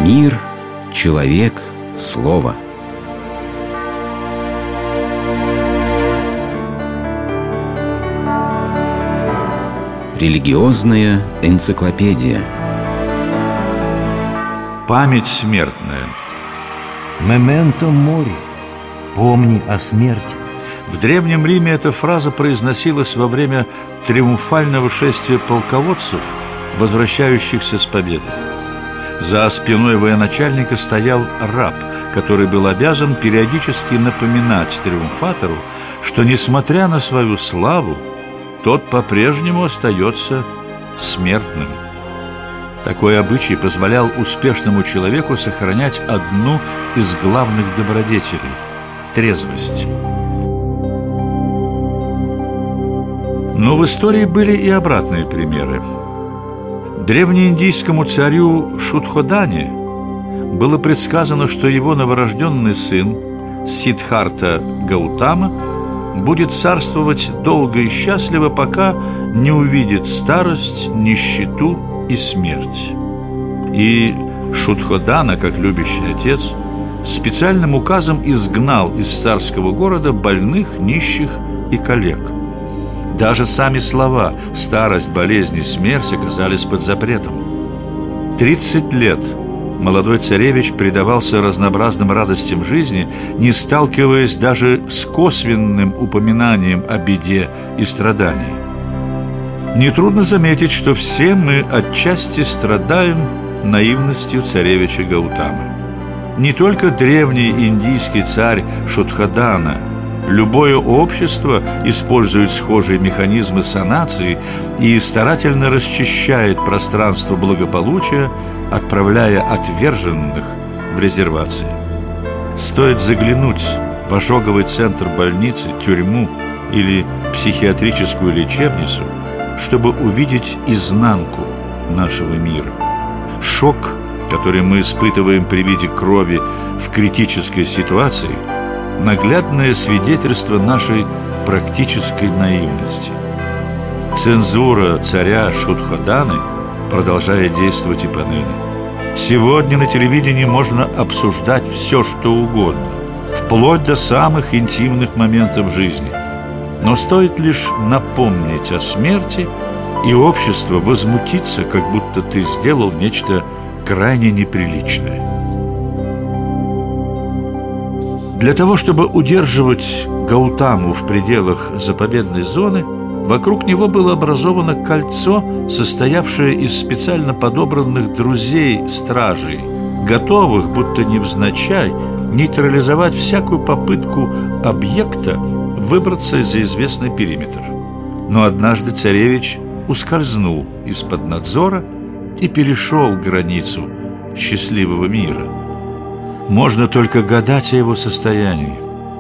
Мир, человек, слово. Религиозная энциклопедия. Память смертная. «Мементо мори» – «Помни о смерти». В Древнем Риме эта фраза произносилась во время триумфального шествия полководцев, возвращающихся с победы. За спиной военачальника стоял раб, который был обязан периодически напоминать триумфатору, что, несмотря на свою славу, тот по-прежнему остается смертным. Такой обычай позволял успешному человеку сохранять одну из главных добродетелей – трезвость. Но в истории были и обратные примеры. Древнеиндийскому царю Шудходане было предсказано, что его новорожденный сын Сиддхартха Гаутама будет царствовать долго и счастливо, пока не увидит старость, нищету и смерть. И Шудходана, как любящий отец, специальным указом изгнал из царского города больных, нищих и калек. Даже сами слова «старость, болезнь и смерть» оказались под запретом. 30 лет молодой царевич предавался разнообразным радостям жизни, не сталкиваясь даже с косвенным упоминанием о беде и страдании. Нетрудно заметить, что все мы отчасти страдаем наивностью царевича Гаутамы. Не только древний индийский царь Шудходана. Любое общество использует схожие механизмы санации и старательно расчищает пространство благополучия, отправляя отверженных в резервации. Стоит заглянуть в ожоговый центр больницы, тюрьму или психиатрическую лечебницу, чтобы увидеть изнанку нашего мира. Шок, который мы испытываем при виде крови в критической ситуации – наглядное свидетельство нашей практической наивности. Цензура царя Шудходаны продолжает действовать и поныне. Сегодня на телевидении можно обсуждать все, что угодно, вплоть до самых интимных моментов жизни. Но стоит лишь напомнить о смерти, и общество возмутится, как будто ты сделал нечто крайне неприличное. Для того, чтобы удерживать Гаутаму в пределах заповедной зоны, вокруг него было образовано кольцо, состоявшее из специально подобранных друзей-стражей, готовых, будто невзначай, нейтрализовать всякую попытку объекта выбраться за известный периметр. Но однажды царевич ускользнул из-под надзора и перешел границу счастливого мира. Можно только гадать о его состоянии.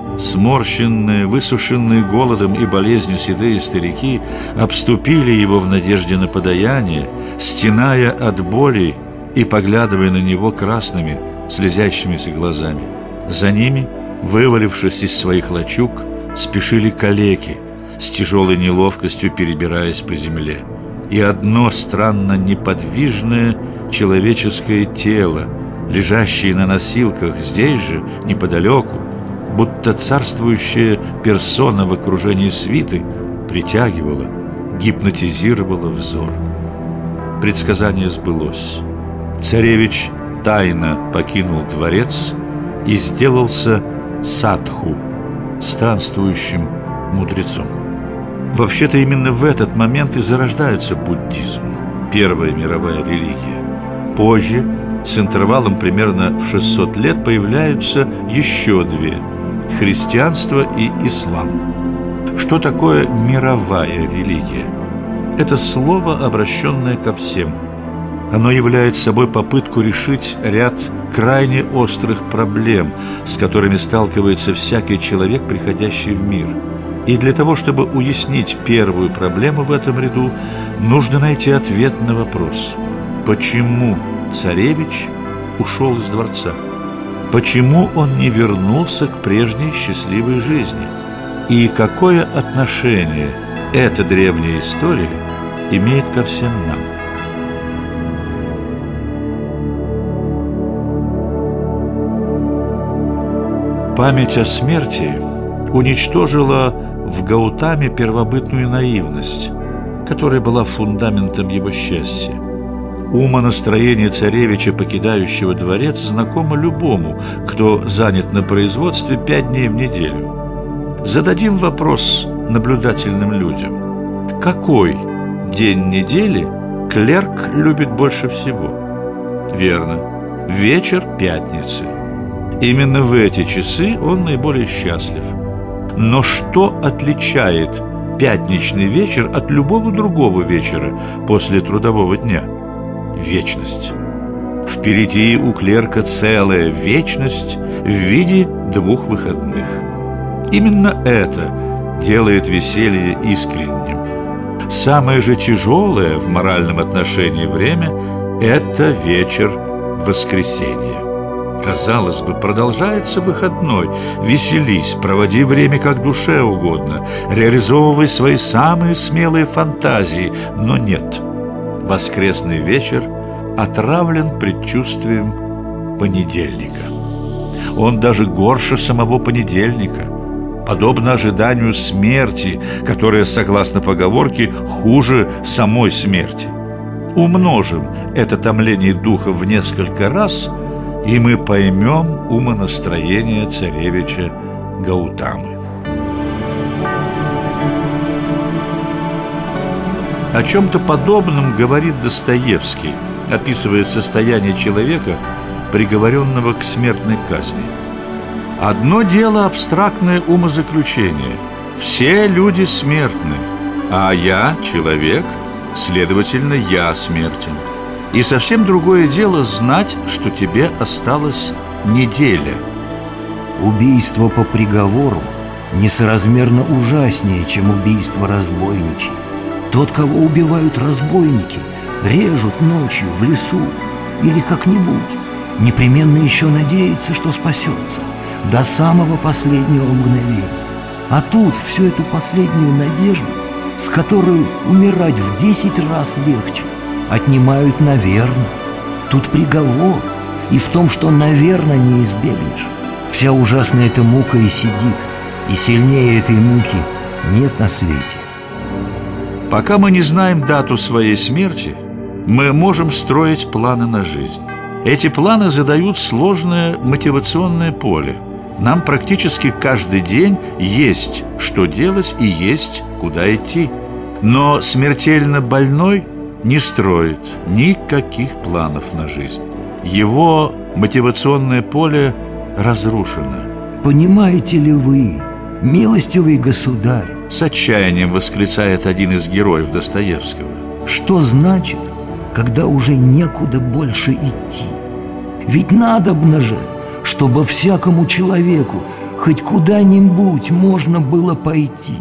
Сморщенные, высушенные голодом и болезнью седые старики обступили его в надежде на подаяние, стеная от боли и поглядывая на него красными, слезящимися глазами. За ними, вывалившись из своих лачуг, спешили калеки, с тяжелой неловкостью перебираясь по земле. И одно странно неподвижное человеческое тело, лежащие на носилках здесь же, неподалеку, будто царствующая персона в окружении свиты, притягивала, гипнотизировала взор. Предсказание сбылось. Царевич тайно покинул дворец и сделался садху, странствующим мудрецом. Вообще-то именно в этот момент и зарождается буддизм, первая мировая религия. Позже, с интервалом примерно в 600 лет, появляются еще две – христианство и ислам. Что такое мировая религия? Это слово, обращенное ко всем. Оно является собой попытку решить ряд крайне острых проблем, с которыми сталкивается всякий человек, приходящий в мир. И для того, чтобы уяснить первую проблему в этом ряду, нужно найти ответ на вопрос: почему царевич ушел из дворца? Почему он не вернулся к прежней счастливой жизни? И какое отношение эта древняя история имеет ко всем нам? Память о смерти уничтожила в Гаутаме первобытную наивность, которая была фундаментом его счастья. Умонастроение царевича, покидающего дворец, знакомо любому, кто занят на производстве 5 дней в неделю. Зададим вопрос наблюдательным людям. Какой день недели клерк любит больше всего? Верно, вечер пятницы. Именно в эти часы он наиболее счастлив. Но что отличает пятничный вечер от любого другого вечера после трудового дня? Вечность. Впереди у клерка целая вечность в виде 2 выходных. Именно это делает веселье искренним. Самое же тяжелое в моральном отношении время – это вечер воскресенья. Казалось бы, продолжается выходной. Веселись, проводи время как душе угодно, реализовывай свои самые смелые фантазии. Но нет. Воскресный вечер отравлен предчувствием понедельника. Он даже горше самого понедельника, подобно ожиданию смерти, которая, согласно поговорке, хуже самой смерти. Умножим это томление духа в несколько раз, и мы поймем умонастроение царевича Гаутамы. О чем-то подобном говорит Достоевский, описывая состояние человека, приговоренного к смертной казни. Одно дело абстрактное умозаключение. Все люди смертны, а я человек, следовательно, я смертен. И совсем другое дело знать, что тебе осталась неделя. Убийство по приговору несоразмерно ужаснее, чем убийство разбойничье. Тот, кого убивают разбойники, режут ночью в лесу или как-нибудь, непременно еще надеется, что спасется до самого последнего мгновения. А тут всю эту последнюю надежду, с которой умирать в 10 раз легче, отнимают наверно. Тут приговор, и в том, что наверно не избегнешь. Вся ужасная эта мука и сидит, и сильнее этой муки нет на свете. Пока мы не знаем дату своей смерти, мы можем строить планы на жизнь. Эти планы задают сложное мотивационное поле. Нам практически каждый день есть что делать и есть куда идти. Но смертельно больной не строит никаких планов на жизнь. Его мотивационное поле разрушено. Понимаете ли вы, милостивый государь, с отчаянием восклицает один из героев Достоевского, что значит, когда уже некуда больше идти? Ведь надобно же, чтобы всякому человеку хоть куда-нибудь можно было пойти.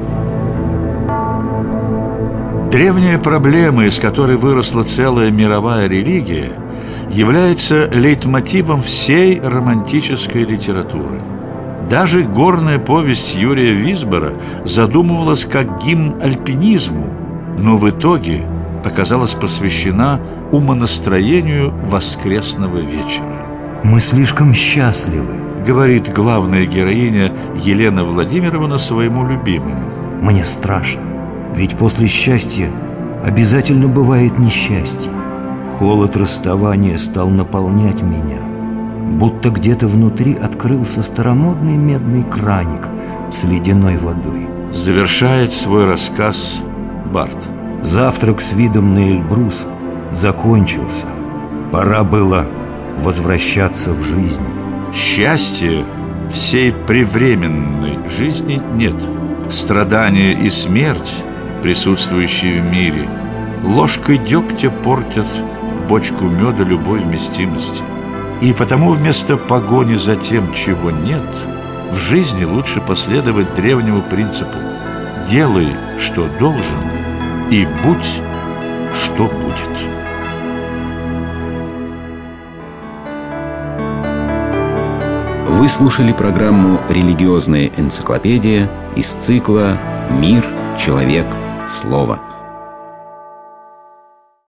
Древняя проблема, из которой выросла целая мировая религия, является лейтмотивом всей романтической литературы. Даже горная повесть Юрия Висбора задумывалась как гимн альпинизму, но в итоге оказалась посвящена умонастроению воскресного вечера. «Мы слишком счастливы», — говорит главная героиня Елена Владимировна своему любимому. «Мне страшно, ведь после счастья обязательно бывает несчастье. Холод расставания стал наполнять меня, будто где-то внутри открылся старомодный медный краник с ледяной водой». Завершает свой рассказ Барт. Завтрак с видом на Эльбрус закончился. Пора было возвращаться в жизнь. Счастья всей превременной жизни нет. Страдания и смерть, присутствующие в мире, ложкой дегтя портят бочку меда любой вместимости. И потому вместо погони за тем, чего нет, в жизни лучше последовать древнему принципу: делай, что должен, и будь, что будет. Вы слушали программу «Религиозная энциклопедия» из цикла «Мир, человек, слово».